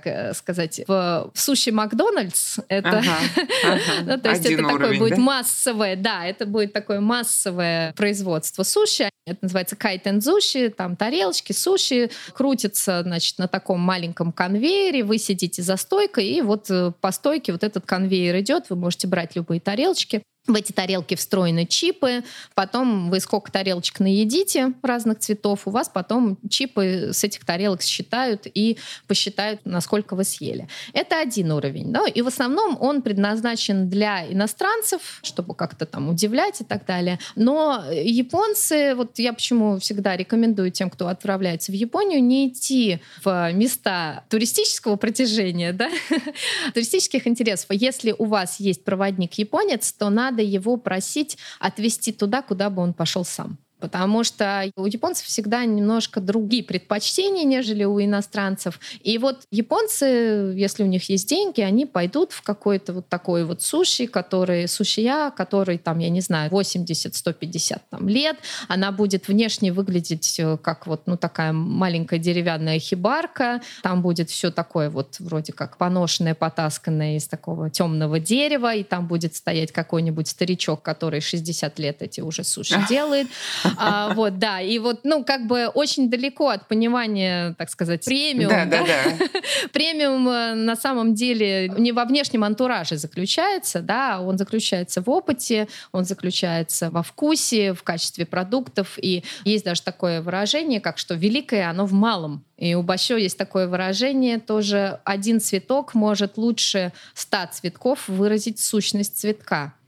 S2: суши Макдональдс. Это, то есть это такое будет массовое, да, это будет такое массовое производство суши. Это называется кайтен-суши, там тарелочки, суши крутятся, значит, на таком маленьком конвейере, вы сидите за стойкой, и вот по стойке вот этот конвейер идет, вы можете брать любые тарелочки. В эти тарелки встроены чипы, потом вы сколько тарелочек наедите разных цветов, у вас потом чипы с этих тарелок считают и посчитают, насколько вы съели. Это один уровень, да? И в основном он предназначен для иностранцев, чтобы как-то там удивлять и так далее. Но японцы, вот я почему всегда рекомендую тем, кто отправляется в Японию, не идти в места туристического протяжения, да? Туристических интересов. Если у вас есть проводник-японец, то надо его просить отвезти туда, куда бы он пошел сам. Потому что у японцев всегда немножко другие предпочтения, нежели у иностранцев. И вот японцы, если у них есть деньги, они пойдут в какой-то вот такой вот сушия, который там, я не знаю, 80-150 там лет. Она будет внешне выглядеть как вот, ну, такая маленькая деревянная хибарка. Там будет все такое вот вроде как поношенное, потасканное из такого темного дерева. И там будет стоять какой-нибудь старичок, который 60 лет эти уже суши делает. Вот, да, и вот, ну, как бы очень далеко от понимания, так сказать, премиум. Да. Премиум на самом деле не во внешнем антураже заключается, да, он заключается в опыте, он заключается во вкусе, в качестве продуктов, и есть даже такое выражение, как что великое, оно в малом. И у Басё есть такое выражение тоже: один цветок может лучше 100 цветков выразить сущность цветка.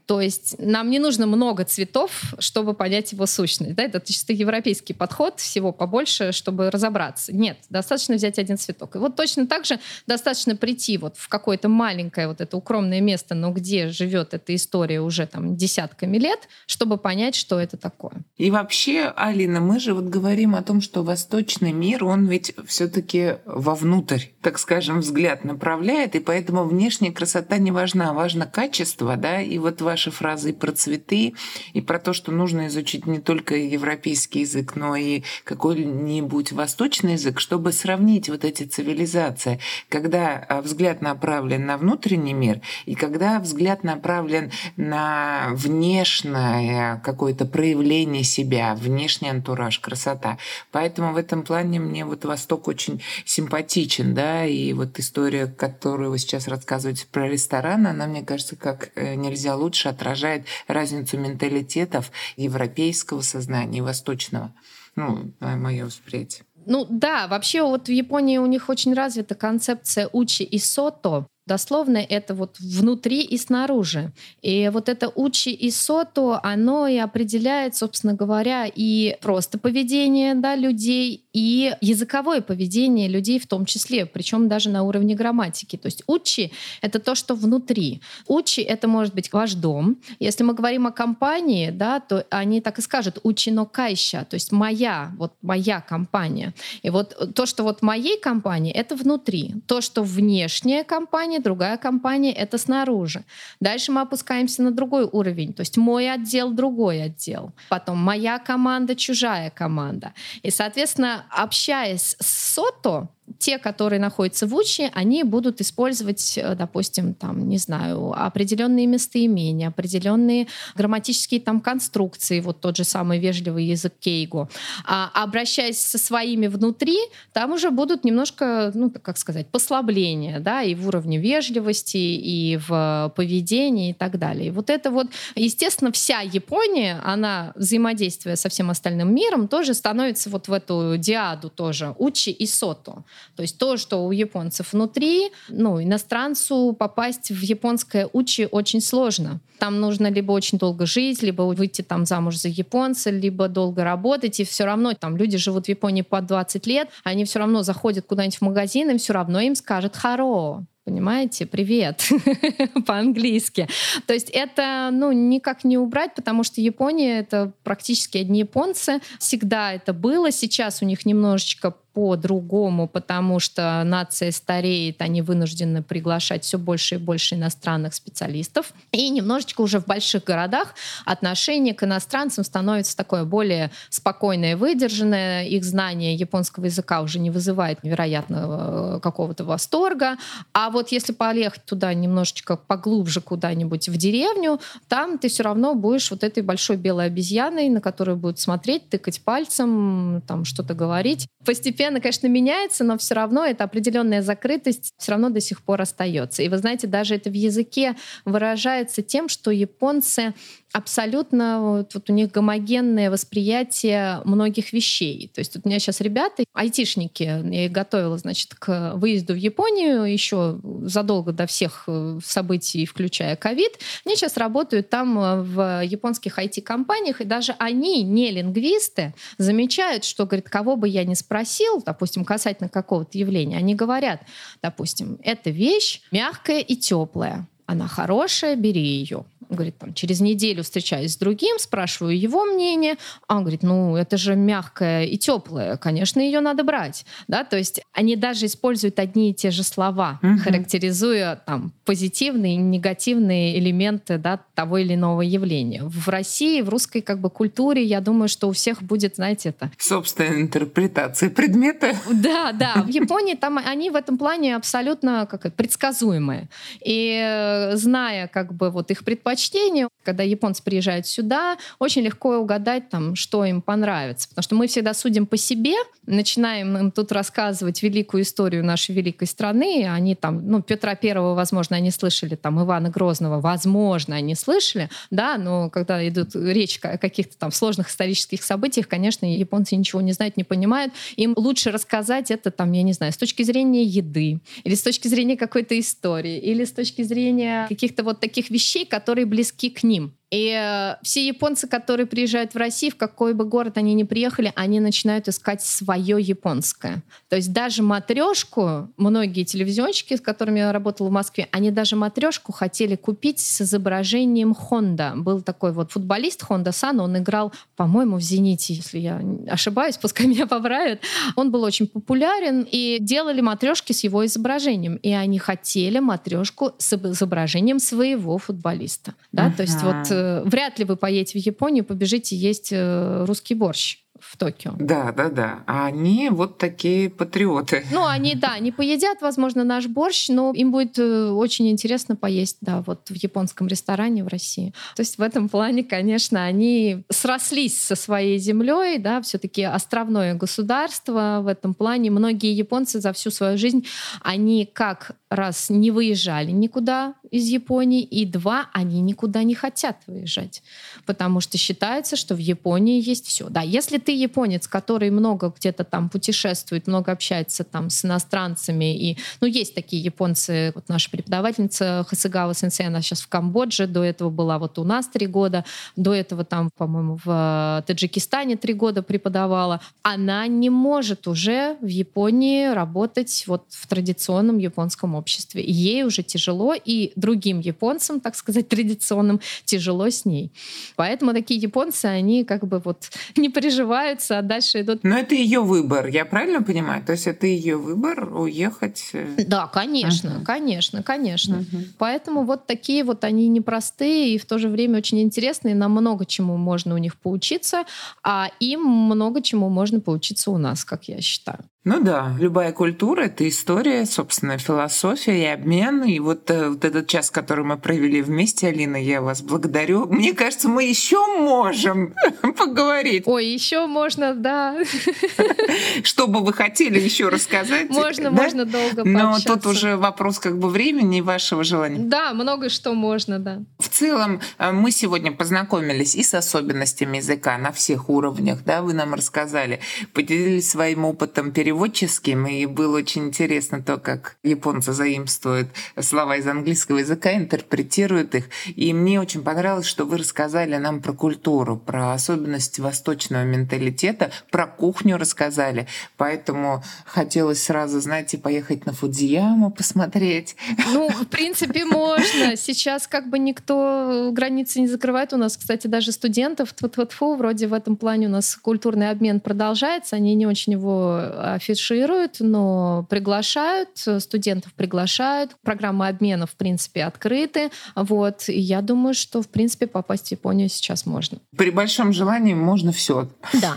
S2: То есть нам не нужно много цветов, чтобы понять его сущность. Да? Это чисто европейский подход, всего побольше, чтобы разобраться. Нет, достаточно взять один цветок. И вот точно так же достаточно прийти вот в какое-то маленькое вот это укромное место, но где живет эта история уже там десятками лет, чтобы понять, что это такое.
S1: И вообще, Алина, мы же вот говорим о том, что восточный мир, он ведь все-таки вовнутрь, так скажем, взгляд направляет, и поэтому внешняя красота не важна, важно качество, да, и вот ваши фразы про цветы, и про то, что нужно изучить не только европейский язык, но и какой-нибудь восточный язык, чтобы сравнить вот эти цивилизации, когда взгляд направлен на внутренний мир, и когда взгляд направлен на внешнее какое-то проявление себя, внешний антураж, красота. Поэтому в этом плане мне вот Восток очень симпатичен, да, и вот история, которую вы сейчас рассказываете про ресторан, она, мне кажется, как нельзя лучше отражает разницу менталитетов европейского сознания и восточного. Мое восприятие.
S2: Да, вообще вот в Японии у них очень развита концепция учи и сото. Дословно это вот внутри и снаружи. И вот это учи и сото, оно и определяет, собственно говоря, и просто поведение, да, людей, и языковое поведение людей в том числе, причем даже на уровне грамматики. То есть учи — это то, что внутри. Учи — это может быть ваш дом. Если мы говорим о компании, да, то они так и скажут учи но кайща, то есть моя компания. И вот то, что вот моей компании, это внутри. То, что внешняя компания, другая компания — это снаружи. Дальше мы опускаемся на другой уровень, то есть мой отдел, другой отдел. Потом моя команда, чужая команда. И, соответственно, общаясь с сото, те, которые находятся в учи, они будут использовать, допустим, определенные местоимения, определенные грамматические конструкции, вот тот же самый вежливый язык кейго. А обращаясь со своими внутри, там уже будут немножко, послабления, да, и в уровне вежливости, и в поведении, и так далее. И вот это вот, естественно, вся Японя, она, взаимодействуя со всем остальным миром, тоже становится вот в эту диаду тоже учи и сото. То есть то, что у японцев внутри, иностранцу попасть в японское учи очень сложно. Там нужно либо очень долго жить, либо выйти замуж за японца, либо долго работать, и все равно люди живут в Японии по 20 лет, они все равно заходят куда-нибудь в магазин, и все равно им скажут «харо». Понимаете? Привет по-английски. То есть это никак не убрать, потому что Япония — это практически одни японцы. Всегда это было. Сейчас у них немножечко по-другому, потому что нация стареет, они вынуждены приглашать все больше и больше иностранных специалистов. И немножечко уже в больших городах отношение к иностранцам становится такое более спокойное, выдержанное. Их знание японского языка уже не вызывает невероятного какого-то восторга. А вот если поехать туда немножечко поглубже куда-нибудь в деревню, там ты все равно будешь вот этой большой белой обезьяной, на которую будут смотреть, тыкать пальцем, что-то говорить. Постепенно, конечно, меняется, но все равно эта определенная закрытость все равно до сих пор остается. И вы знаете, даже это в языке выражается тем, что японцы абсолютно у них гомогенное восприятие многих вещей. То есть у меня сейчас ребята, айтишники, я их готовила, к выезду в Японию еще задолго до всех событий, включая ковид. Они сейчас работают там в японских IT-компаниях, и даже они, не лингвисты, замечают, что, говорит, кого бы я ни спросил, допустим, касательно какого-то явления, они говорят, допустим, эта вещь мягкая и теплая, она хорошая, бери ее. Говорит, через неделю встречаюсь с другим, спрашиваю его мнение. А он говорит, это же мягкое и теплое, конечно, ее надо брать. Да? То есть они даже используют одни и те же слова, характеризуя позитивные и негативные элементы, да, того или иного явления. В России, в русской культуре, я думаю, что у всех будет, знаете, это...
S1: собственная интерпретация предмета.
S2: Да. В Японии там они в этом плане абсолютно предсказуемые. И зная их предпочтения, когда японцы приезжают сюда, очень легко угадать, что им понравится. Потому что мы всегда судим по себе, начинаем им тут рассказывать великую историю нашей великой страны. Они Петра Первого, возможно, они слышали, Ивана Грозного, возможно, они слышали, да, но когда идет речь о каких-то сложных исторических событиях, конечно, японцы ничего не знают, не понимают. Им лучше рассказать это, с точки зрения еды, или с точки зрения какой-то истории, или с точки зрения изучение каких-то вот таких вещей, которые близки к ним. И все японцы, которые приезжают в Россию, в какой бы город они ни приехали, они начинают искать свое японское. То есть даже матрешку, многие телевизионщики, с которыми я работала в Москве, они даже матрешку хотели купить с изображением Хонда. Был такой вот футболист Хонда-сан, он играл, по-моему, в «Зените», если я не ошибаюсь, пускай меня поправят. Он был очень популярен, и делали матрешки с его изображением. И они хотели матрешку с изображением своего футболиста. Да? То есть вот вряд ли вы поедете в Японию, побежите есть русский борщ в Токио.
S1: Да. А они вот такие патриоты.
S2: Ну, они не поедят, возможно, наш борщ, но им будет очень интересно поесть, да, вот в японском ресторане в России. То есть в этом плане, конечно, они срослись со своей землей, да, все-таки островное государство в этом плане. Многие японцы за всю свою жизнь, они как раз не выезжали никуда из Японии, и два, они никуда не хотят выезжать, потому что считается, что в Японии есть все. Да, если ты японец, который много где-то там путешествует, много общается там с иностранцами, и, есть такие японцы, вот наша преподавательница Хасыгава-сенсей, она сейчас в Камбодже, до этого была вот у нас 3 года, до этого там, по-моему, в Таджикистане 3 года преподавала. Она не может уже в Японии работать вот в традиционном японском обществе. Ей уже тяжело, и другим японцам, так сказать, традиционным, тяжело с ней. Поэтому такие японцы, они как бы вот не переживаются, а дальше идут.
S1: Но это ее выбор, я правильно понимаю? То есть это ее выбор уехать?
S2: Да, конечно, конечно. Поэтому вот такие вот они непростые и в то же время очень интересные. Нам много чему можно у них поучиться, а им много чему можно поучиться у нас, как я считаю.
S1: Ну да, любая культура — это история, собственно, философия и обмен. И вот этот час, который мы провели вместе, Алина, я вас благодарю. Мне кажется, мы еще можем поговорить.
S2: Ой, еще можно, да.
S1: Что бы вы хотели еще рассказать?
S2: Можно долго пообщаться.
S1: Но тут уже вопрос как бы времени и вашего желания.
S2: Да, много что можно, да.
S1: В целом, мы сегодня познакомились и с особенностями языка на всех уровнях, да, вы нам рассказали, поделились своим опытом переводческим, и было очень интересно то, как японцы заимствуют слова из английского языка, интерпретируют их. И мне очень понравилось, что вы рассказали нам про культуру, про особенности восточного менталитета, про кухню рассказали. Поэтому хотелось сразу, знаете, поехать на Фудзияму посмотреть.
S2: В принципе, можно. Сейчас как бы никто границы не закрывает. У нас, кстати, даже студентов, вроде в этом плане у нас культурный обмен продолжается. Они не очень его афишируют, но приглашают, студентов приглашают. Программы обмена, в принципе, открыты. Вот. И я думаю, что, в принципе, попасть в Японию сейчас можно.
S1: При большом желании можно все.
S2: Да.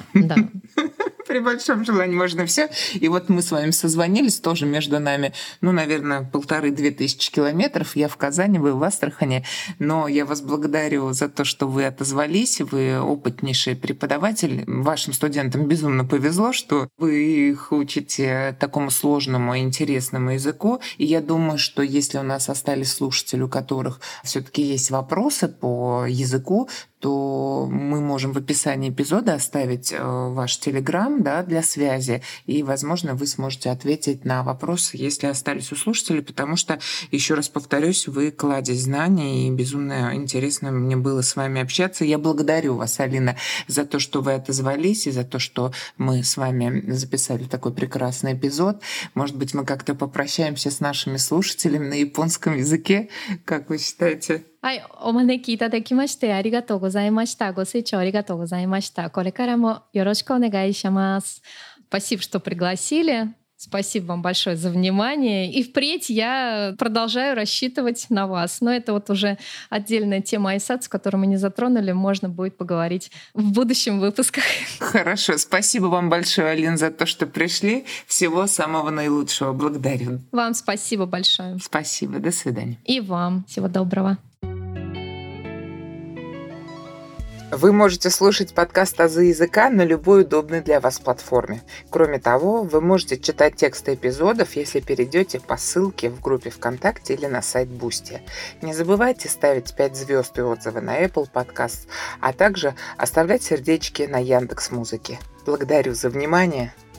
S1: При большом желании можно все. И вот мы с вами созвонились, тоже между нами, наверное, 1500-2000 километров. Я в Казани, вы в Астрахани. Но я вас благодарю за то, что вы отозвались. Вы опытнейший преподаватель. Вашим студентам безумно повезло, что вы их учите такому сложному и интересному языку. И я думаю, что если у нас остались слушатели, у которых все-таки есть вопросы по языку, то мы можем в описании эпизода оставить ваш Телеграм, да, для связи, и, возможно, вы сможете ответить на вопросы, если остались у слушателей, потому что, еще раз повторюсь, вы кладезь знаний, и безумно интересно мне было с вами общаться. Я благодарю вас, Алина, за то, что вы отозвались, и за то, что мы с вами записали такой прекрасный эпизод. Может быть, мы как-то попрощаемся с нашими слушателями на японском языке, как вы считаете?
S2: はい、お招きいただきましてありがとうございました。ご清聴ありがとうございました。これからもよろしくお願いします。Спасибо, что пригласили. Спасибо вам большое за внимание. И впредь я продолжаю рассчитывать на вас. Но это вот уже отдельная тема айсатсу, которую мы не затронули. Можно будет поговорить в будущем выпусках.
S1: Хорошо. Спасибо вам большое, Алин, за то, что пришли. Всего самого наилучшего. Благодарю.
S2: Вам спасибо большое.
S1: Спасибо. До свидания.
S2: И вам. Всего доброго.
S1: Вы можете слушать подкаст «Азы языка» на любой удобной для вас платформе. Кроме того, вы можете читать тексты эпизодов, если перейдете по ссылке в группе ВКонтакте или на сайт Boosty. Не забывайте ставить 5 звезд и отзывы на Apple Podcasts, а также оставлять сердечки на Яндекс.Музыке. Благодарю за внимание.